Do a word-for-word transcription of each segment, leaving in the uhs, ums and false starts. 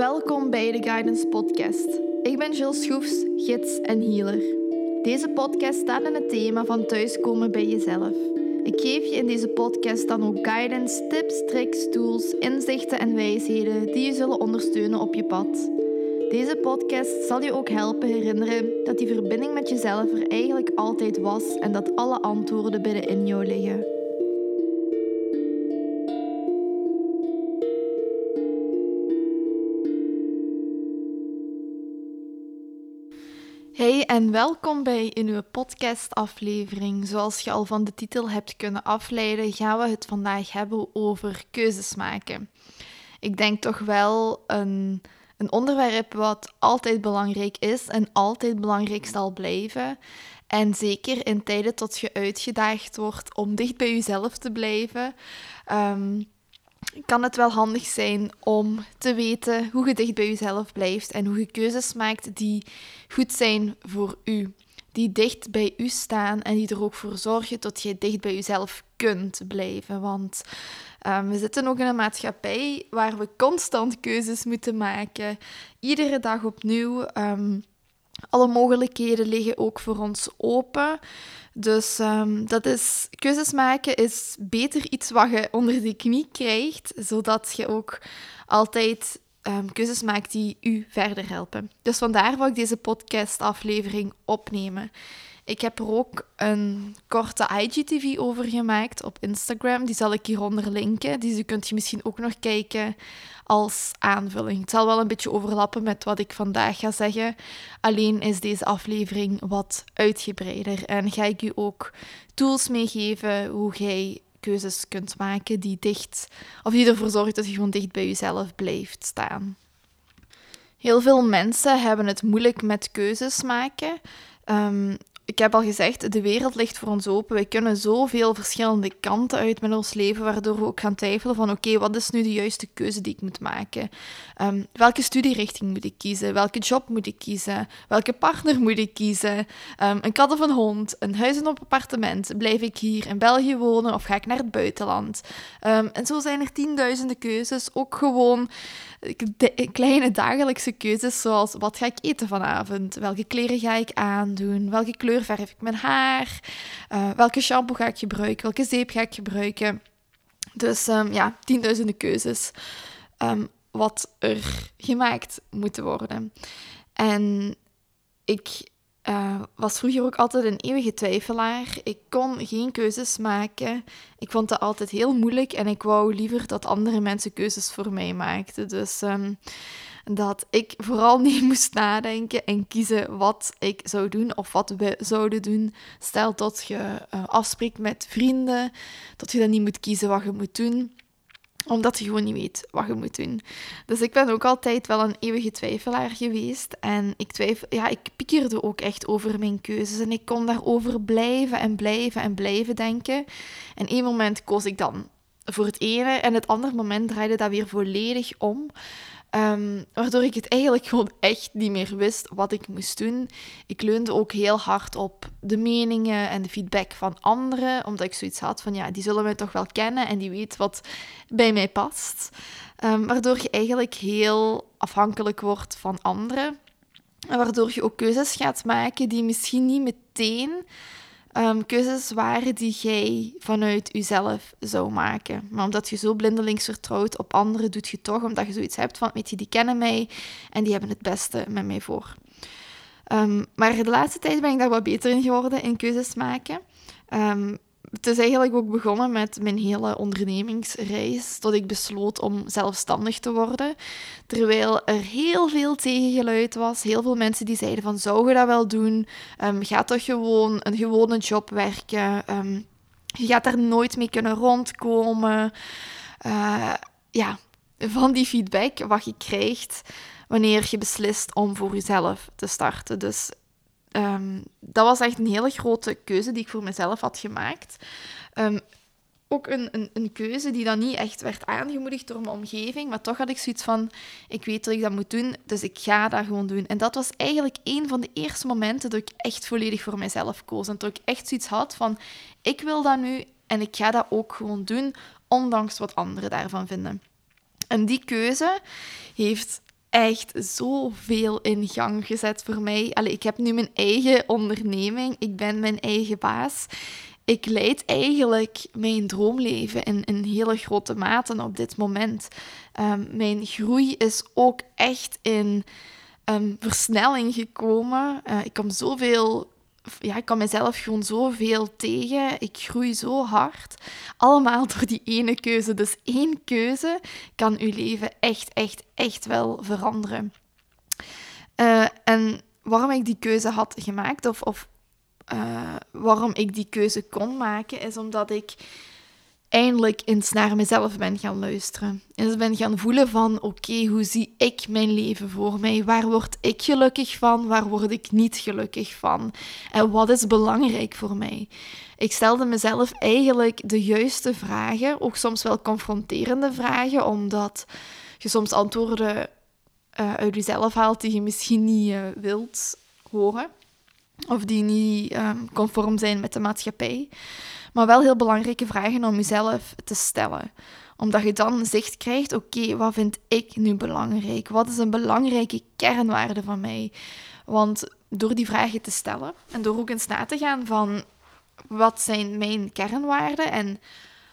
Welkom bij de Guidance Podcast. Ik ben Jill Schroefs, gids en healer. Deze podcast staat in het thema van thuiskomen bij jezelf. Ik geef je in deze podcast dan ook guidance, tips, tricks, tools, inzichten en wijsheden die je zullen ondersteunen op je pad. Deze podcast zal je ook helpen herinneren dat die verbinding met jezelf er eigenlijk altijd was en dat alle antwoorden binnenin jou liggen. Hey en welkom bij een nieuwe podcastaflevering. Zoals je al van de titel hebt kunnen afleiden, gaan we het vandaag hebben over keuzes maken. Ik denk toch wel een, een onderwerp wat altijd belangrijk is en altijd belangrijk zal blijven. En zeker in tijden dat je uitgedaagd wordt om dicht bij jezelf te blijven, um, kan het wel handig zijn om te weten hoe je dicht bij jezelf blijft en hoe je keuzes maakt die goed zijn voor u. Die dicht bij u staan en die er ook voor zorgen dat je dicht bij jezelf kunt blijven. Want um, we zitten ook in een maatschappij waar we constant keuzes moeten maken. Iedere dag opnieuw. Um, alle mogelijkheden liggen ook voor ons open. Dus um, dat is, keuzes maken is beter iets wat je onder de knie krijgt, zodat je ook altijd um, keuzes maakt die u verder helpen. Dus vandaar wil ik deze podcastaflevering opnemen. Ik heb er ook een korte I G T V over gemaakt op Instagram. Die zal ik hieronder linken. Die kunt je misschien ook nog kijken als aanvulling. Het zal wel een beetje overlappen met wat ik vandaag ga zeggen. Alleen is deze aflevering wat uitgebreider. En ga ik u ook tools meegeven hoe jij keuzes kunt maken die dicht, of die ervoor zorgen dat je gewoon dicht bij jezelf blijft staan. Heel veel mensen hebben het moeilijk met keuzes maken. Um, Ik heb al gezegd, de wereld ligt voor ons open. Wij kunnen zoveel verschillende kanten uit met ons leven, waardoor we ook gaan twijfelen van oké, okay, wat is nu de juiste keuze die ik moet maken? Um, welke studierichting moet ik kiezen? Welke job moet ik kiezen? Welke partner moet ik kiezen? Um, een kat of een hond? Een huis of een appartement? Blijf ik hier in België wonen of ga ik naar het buitenland? Um, en zo zijn er tienduizenden keuzes, ook gewoon de kleine dagelijkse keuzes, zoals wat ga ik eten vanavond? Welke kleren ga ik aandoen? Welke kleur verf ik mijn haar? Uh, welke shampoo ga ik gebruiken? Welke zeep ga ik gebruiken? Dus um, ja, tienduizenden keuzes um, wat er gemaakt moeten worden. En ik uh, was vroeger ook altijd een eeuwige twijfelaar. Ik kon geen keuzes maken. Ik vond dat altijd heel moeilijk en ik wou liever dat andere mensen keuzes voor mij maakten. Dus um, dat ik vooral niet moest nadenken en kiezen wat ik zou doen of wat we zouden doen. Stel dat je uh, afspreekt met vrienden, dat je dan niet moet kiezen wat je moet doen, omdat je gewoon niet weet wat je moet doen. Dus ik ben ook altijd wel een eeuwige twijfelaar geweest. En ik twijfel, ja, ik piekerde ook echt over mijn keuzes. En ik kon daarover blijven en blijven en blijven denken. En één moment koos ik dan voor het ene. En het andere moment draaide dat weer volledig om. Um, waardoor ik het eigenlijk gewoon echt niet meer wist wat ik moest doen. Ik leunde ook heel hard op de meningen en de feedback van anderen, omdat ik zoiets had van, ja, die zullen mij toch wel kennen en die weet wat bij mij past. Um, waardoor je eigenlijk heel afhankelijk wordt van anderen. En waardoor je ook keuzes gaat maken die misschien niet meteen Um, keuzes waren die jij vanuit jezelf zou maken. Maar omdat je zo blindelings vertrouwt op anderen, doet je toch, omdat je zoiets hebt van, weet je, die kennen mij en die hebben het beste met mij voor. Um, maar de laatste tijd ben ik daar wat beter in geworden, in keuzes maken. Um, het is eigenlijk ook begonnen met mijn hele ondernemingsreis, tot ik besloot om zelfstandig te worden. Terwijl er heel veel tegengeluid was, heel veel mensen die zeiden van, zou je dat wel doen? Um, ga toch gewoon een gewone job werken? Um, je gaat daar nooit mee kunnen rondkomen. Uh, ja, van die feedback wat je krijgt wanneer je beslist om voor jezelf te starten. Dus Um, dat was echt een hele grote keuze die ik voor mezelf had gemaakt. Um, ook een, een, een keuze die dan niet echt werd aangemoedigd door mijn omgeving, maar toch had ik zoiets van, ik weet dat ik dat moet doen, dus ik ga dat gewoon doen. En dat was eigenlijk een van de eerste momenten dat ik echt volledig voor mezelf koos. En dat ik echt zoiets had van, ik wil dat nu en ik ga dat ook gewoon doen, ondanks wat anderen daarvan vinden. En die keuze heeft echt zoveel in gang gezet voor mij. Allee, ik heb nu mijn eigen onderneming. Ik ben mijn eigen baas. Ik leid eigenlijk mijn droomleven in, in hele grote mate op dit moment. Um, mijn groei is ook echt in um, versnelling gekomen. Uh, ik kom zoveel... Ja, ik kan mezelf gewoon zoveel tegen. Ik groei zo hard. Allemaal door die ene keuze. Dus één keuze kan uw leven echt, echt, echt wel veranderen. Uh, en waarom ik die keuze had gemaakt, of, of uh, waarom ik die keuze kon maken, is omdat ik eindelijk eens naar mezelf ben gaan luisteren. En dus ben gaan voelen van, oké, okay, hoe zie ik mijn leven voor mij? Waar word ik gelukkig van? Waar word ik niet gelukkig van? En wat is belangrijk voor mij? Ik stelde mezelf eigenlijk de juiste vragen, ook soms wel confronterende vragen, omdat je soms antwoorden uh, uit jezelf haalt die je misschien niet uh, wilt horen. Of die niet um, conform zijn met de maatschappij. Maar wel heel belangrijke vragen om jezelf te stellen. Omdat je dan zicht krijgt, oké, okay, wat vind ik nu belangrijk? Wat is een belangrijke kernwaarde van mij? Want door die vragen te stellen en door ook eens na te gaan van wat zijn mijn kernwaarden en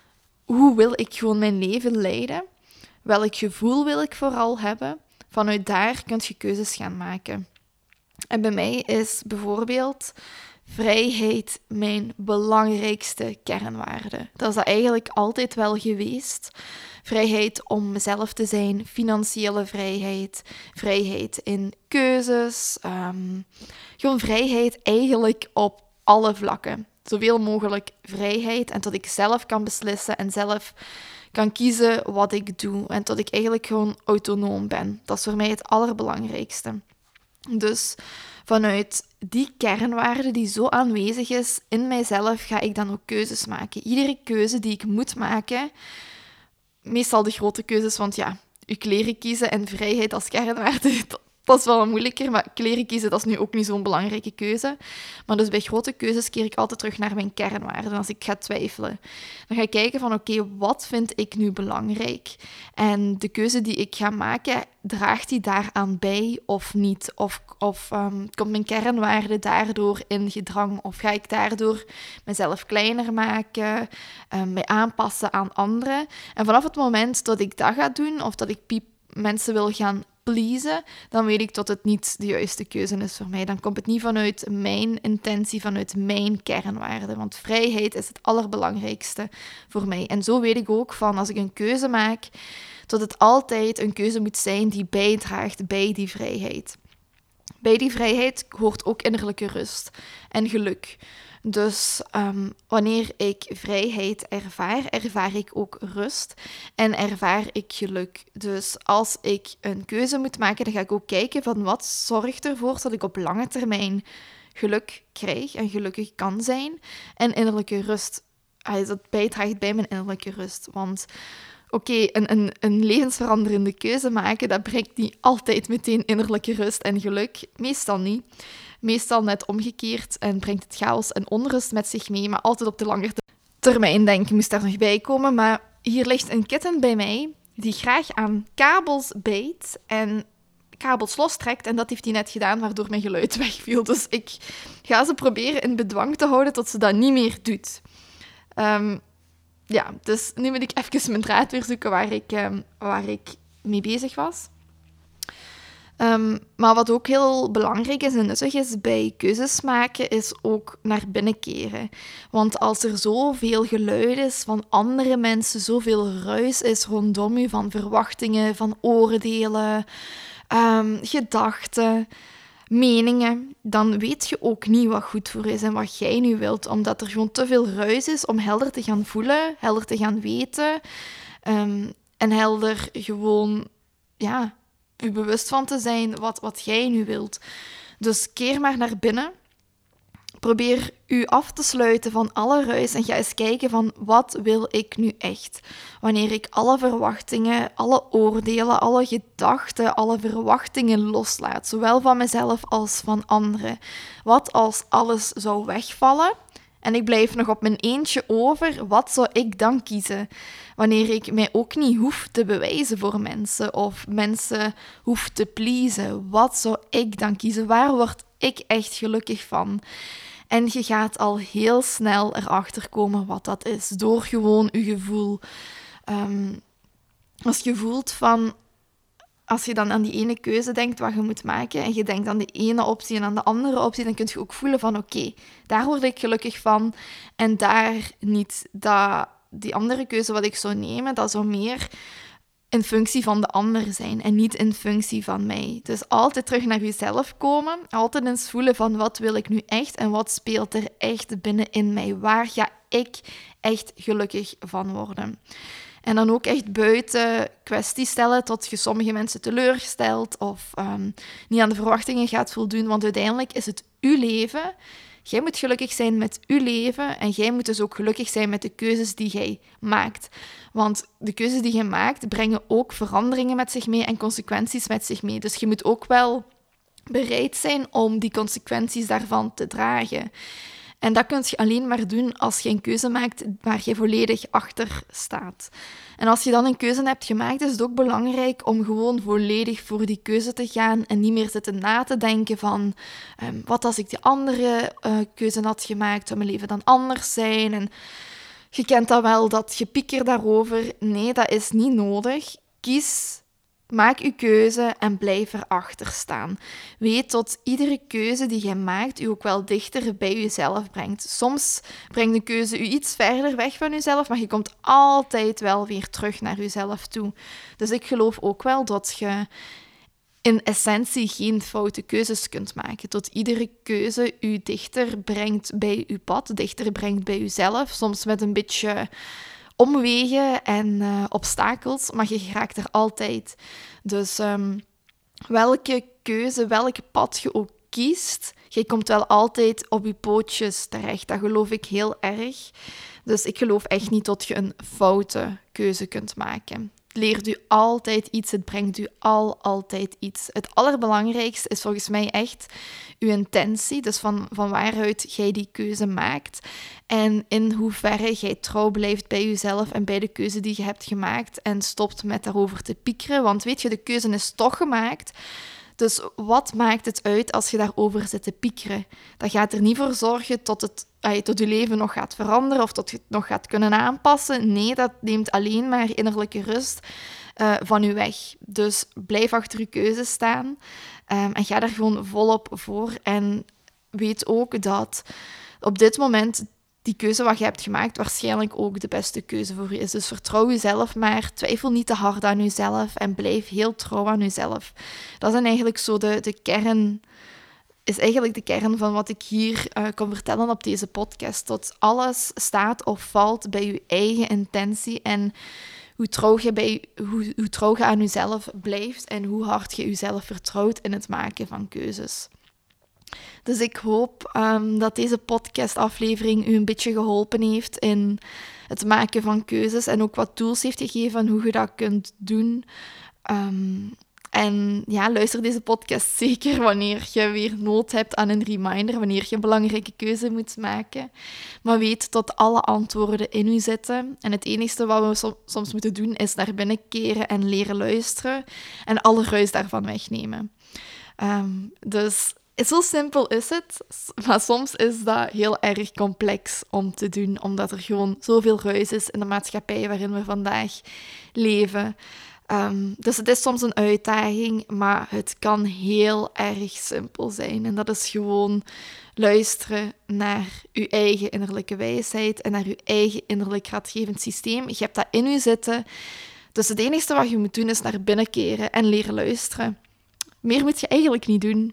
hoe wil ik gewoon mijn leven leiden? Welk gevoel wil ik vooral hebben? Vanuit daar kun je keuzes gaan maken. En bij mij is bijvoorbeeld vrijheid mijn belangrijkste kernwaarde. Dat is dat eigenlijk altijd wel geweest. Vrijheid om mezelf te zijn, financiële vrijheid, vrijheid in keuzes, um, gewoon vrijheid eigenlijk op alle vlakken. Zoveel mogelijk vrijheid en dat ik zelf kan beslissen en zelf kan kiezen wat ik doe en dat ik eigenlijk gewoon autonoom ben. Dat is voor mij het allerbelangrijkste. Dus vanuit die kernwaarde die zo aanwezig is in mijzelf, ga ik dan ook keuzes maken. Iedere keuze die ik moet maken, meestal de grote keuzes, want ja, je kleren kiezen en vrijheid als kernwaarde, dat is wel een moeilijker, maar kleren kiezen, dat is nu ook niet zo'n belangrijke keuze. Maar dus bij grote keuzes keer ik altijd terug naar mijn kernwaarden als ik ga twijfelen. Dan ga ik kijken van, oké, okay, wat vind ik nu belangrijk? En de keuze die ik ga maken, draagt die daaraan bij of niet? Of, of um, komt mijn kernwaarde daardoor in gedrang? Of ga ik daardoor mezelf kleiner maken, um, mij aanpassen aan anderen? En vanaf het moment dat ik dat ga doen, of dat ik piep mensen wil gaan pleasen, dan weet ik dat het niet de juiste keuze is voor mij. Dan komt het niet vanuit mijn intentie, vanuit mijn kernwaarde. Want vrijheid is het allerbelangrijkste voor mij. En zo weet ik ook van, als ik een keuze maak, dat het altijd een keuze moet zijn die bijdraagt bij die vrijheid. Bij die vrijheid hoort ook innerlijke rust en geluk. Dus um, wanneer ik vrijheid ervaar, ervaar ik ook rust en ervaar ik geluk. Dus als ik een keuze moet maken, dan ga ik ook kijken van wat zorgt ervoor dat ik op lange termijn geluk krijg en gelukkig kan zijn. En innerlijke rust, dat bijdraagt bij mijn innerlijke rust. Want oké, okay, een, een, een levensveranderende keuze maken, dat brengt niet altijd meteen innerlijke rust en geluk. Meestal niet. Meestal net omgekeerd en brengt het chaos en onrust met zich mee, maar altijd op de lange termijn, denk ik, moest daar nog bij komen. Maar hier ligt een kitten bij mij die graag aan kabels bijt en kabels lostrekt. En dat heeft hij net gedaan, waardoor mijn geluid wegviel. Dus ik ga ze proberen in bedwang te houden tot ze dat niet meer doet. Um, ja, dus nu moet ik even mijn draad weer zoeken waar ik, um, waar ik mee bezig was. Um, maar wat ook heel belangrijk is en nuttig is bij keuzes maken, is ook naar binnen keren. Want als er zoveel geluid is van andere mensen, zoveel ruis is rondom u, van verwachtingen, van oordelen, um, gedachten, meningen, dan weet je ook niet wat goed voor is en wat jij nu wilt, omdat er gewoon te veel ruis is om helder te gaan voelen, helder te gaan weten um, en helder gewoon, ja, je bewust van te zijn wat, wat jij nu wilt. Dus keer maar naar binnen. Probeer u af te sluiten van alle ruis en ga eens kijken van wat wil ik nu echt. Wanneer ik alle verwachtingen, alle oordelen, alle gedachten, alle verwachtingen loslaat. Zowel van mezelf als van anderen. Wat als alles zou wegvallen En ik blijf nog op mijn eentje over. Wat zou ik dan kiezen? Wanneer ik mij ook niet hoef te bewijzen voor mensen of mensen hoef te pleasen. Wat zou ik dan kiezen? Waar word ik echt gelukkig van? En je gaat al heel snel erachter komen wat dat is. Door gewoon je gevoel. Um, als je voelt van... Als je dan aan die ene keuze denkt wat je moet maken en je denkt aan de ene optie en aan de andere optie, dan kun je ook voelen van oké, okay, daar word ik gelukkig van en daar niet. Dat, die andere keuze wat ik zou nemen, dat zou meer in functie van de ander zijn en niet in functie van mij. Dus altijd terug naar jezelf komen, altijd eens voelen van wat wil ik nu echt en wat speelt er echt binnenin mij. Waar ga ik echt gelukkig van worden? En dan ook echt buiten kwesties stellen tot je sommige mensen teleurstelt of um, niet aan de verwachtingen gaat voldoen. Want uiteindelijk is het uw leven. Jij moet gelukkig zijn met uw leven en jij moet dus ook gelukkig zijn met de keuzes die jij maakt. Want de keuzes die je maakt brengen ook veranderingen met zich mee en consequenties met zich mee. Dus je moet ook wel bereid zijn om die consequenties daarvan te dragen. En dat kun je alleen maar doen als je een keuze maakt waar je volledig achter staat. En als je dan een keuze hebt gemaakt, is het ook belangrijk om gewoon volledig voor die keuze te gaan en niet meer zitten na te denken van um, wat als ik die andere uh, keuze had gemaakt, zou mijn leven dan anders zijn? En je kent dat wel, dat gepieker daarover. Nee, dat is niet nodig. Kies... Maak je keuze en blijf erachter staan. Weet dat iedere keuze die je maakt je ook wel dichter bij jezelf brengt. Soms brengt de keuze je iets verder weg van jezelf, maar je komt altijd wel weer terug naar jezelf toe. Dus ik geloof ook wel dat je in essentie geen foute keuzes kunt maken. Dat iedere keuze je dichter brengt bij je pad, dichter brengt bij jezelf. Soms met een beetje... omwegen en uh, obstakels, maar je raakt er altijd. Dus um, welke keuze, welk pad je ook kiest, je komt wel altijd op je pootjes terecht. Dat geloof ik heel erg. Dus ik geloof echt niet dat je een foute keuze kunt maken. Het leert u altijd iets, het brengt u al altijd iets. Het allerbelangrijkste is volgens mij echt uw intentie, dus van, van waaruit jij die keuze maakt. En in hoeverre jij trouw blijft bij jezelf en bij de keuze die je hebt gemaakt en stopt met daarover te piekeren. Want weet je, de keuze is toch gemaakt. Dus wat maakt het uit als je daarover zit te piekeren? Dat gaat er niet voor zorgen tot, het, ay, tot je leven nog gaat veranderen of tot je het nog gaat kunnen aanpassen. Nee, dat neemt alleen maar innerlijke rust uh, van je weg. Dus blijf achter je keuze staan um, en ga daar gewoon volop voor. En weet ook dat op dit moment die keuze wat je hebt gemaakt waarschijnlijk ook de beste keuze voor je is. Dus vertrouw jezelf maar, twijfel niet te hard aan jezelf en blijf heel trouw aan jezelf. Dat is eigenlijk zo de, de kern, is eigenlijk de kern van wat ik hier uh, kan vertellen op deze podcast. Dat alles staat of valt bij je eigen intentie en hoe trouw je, bij, hoe, hoe trouw je aan jezelf blijft en hoe hard je jezelf vertrouwt in het maken van keuzes. Dus ik hoop um, dat deze podcastaflevering u een beetje geholpen heeft in het maken van keuzes en ook wat tools heeft gegeven van hoe je dat kunt doen. Um, en ja, luister deze podcast zeker wanneer je weer nood hebt aan een reminder, wanneer je een belangrijke keuze moet maken. Maar weet dat alle antwoorden in u zitten. En het enige wat we som- soms moeten doen is naar binnen keren en leren luisteren en alle ruis daarvan wegnemen. Um, dus... Zo simpel is het, maar soms is dat heel erg complex om te doen, omdat er gewoon zoveel ruis is in de maatschappij waarin we vandaag leven. Um, dus het is soms een uitdaging, maar het kan heel erg simpel zijn. En dat is gewoon luisteren naar je eigen innerlijke wijsheid en naar je eigen innerlijk raadgevend systeem. Je hebt dat in je zitten. Dus het enige wat je moet doen is naar binnen keren en leren luisteren. Meer moet je eigenlijk niet doen.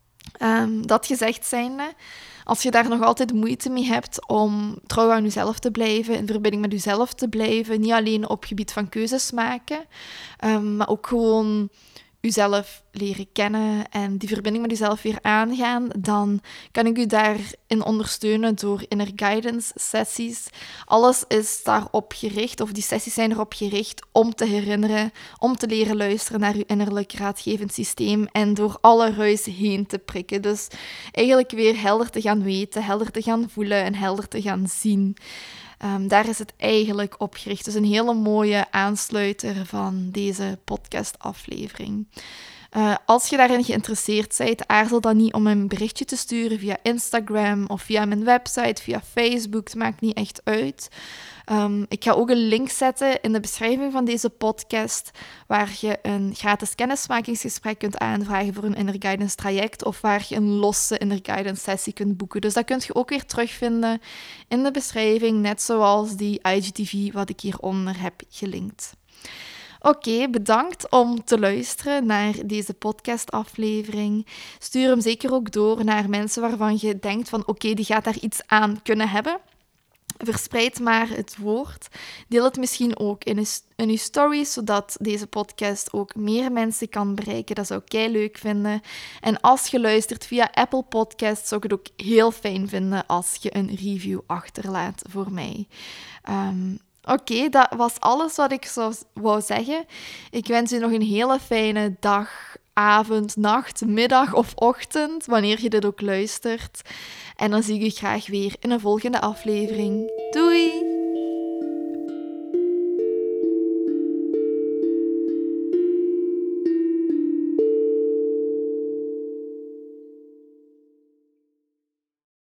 Um, dat gezegd zijnde, als je daar nog altijd moeite mee hebt om trouw aan jezelf te blijven, in verbinding met jezelf te blijven, niet alleen op gebied van keuzes maken, um, maar ook gewoon uzelf leren kennen en die verbinding met uzelf weer aangaan, dan kan ik u daarin ondersteunen door inner guidance sessies. Alles is daarop gericht, of die sessies zijn erop gericht om te herinneren, om te leren luisteren naar uw innerlijk raadgevend systeem en door alle ruis heen te prikken. Dus eigenlijk weer helder te gaan weten, helder te gaan voelen en helder te gaan zien. Um, daar is het eigenlijk op gericht. Dus een hele mooie aansluiter van deze podcastaflevering. Uh, als je daarin geïnteresseerd bent, aarzel dan niet om een berichtje te sturen via Instagram of via mijn website, via Facebook. Het maakt niet echt uit. Um, ik ga ook een link zetten in de beschrijving van deze podcast, waar je een gratis kennismakingsgesprek kunt aanvragen voor een inner guidance traject, of waar je een losse inner guidance sessie kunt boeken. Dus dat kun je ook weer terugvinden in de beschrijving, net zoals die I G T V wat ik hieronder heb gelinkt. Oké, okay, bedankt om te luisteren naar deze podcastaflevering. Stuur hem zeker ook door naar mensen waarvan je denkt van oké, okay, die gaat daar iets aan kunnen hebben. Verspreid maar het woord. Deel het misschien ook in uw stories, zodat deze podcast ook meer mensen kan bereiken. Dat zou ik kei leuk vinden. En als je luistert via Apple Podcasts, zou ik het ook heel fijn vinden als je een review achterlaat voor mij. Um, Oké, okay, dat was alles wat ik zou, wou zeggen. Ik wens u nog een hele fijne dag, avond, nacht, middag of ochtend, wanneer je dit ook luistert. En dan zie ik u graag weer in een volgende aflevering. Doei!